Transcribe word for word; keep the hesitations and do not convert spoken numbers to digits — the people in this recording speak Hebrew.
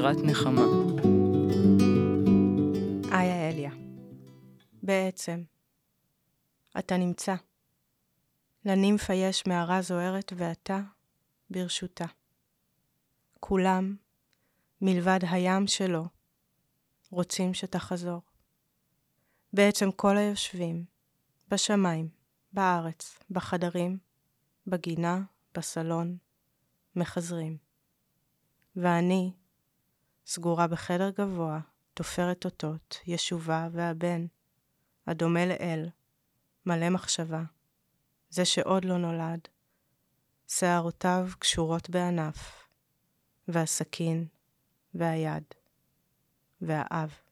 שירת נחמה. איה אליה. בעצם, אתה נמצא. לנימפה יש מערה זוהרת ואתה ברשותה. כולם, מלבד הים שלו, רוצים שתחזור. בעצם כל היושבים, בשמיים, בארץ, בחדרים, בגינה, בסלון, מחזרים. ואני, סגורה בחדר גבוה, תופרת אותות, ישובה והבן, הדומה לאל, מלא מחשבה, זה שעוד לא נולד, שערותיו קשורות בענף, והסכין, והיד, והאב.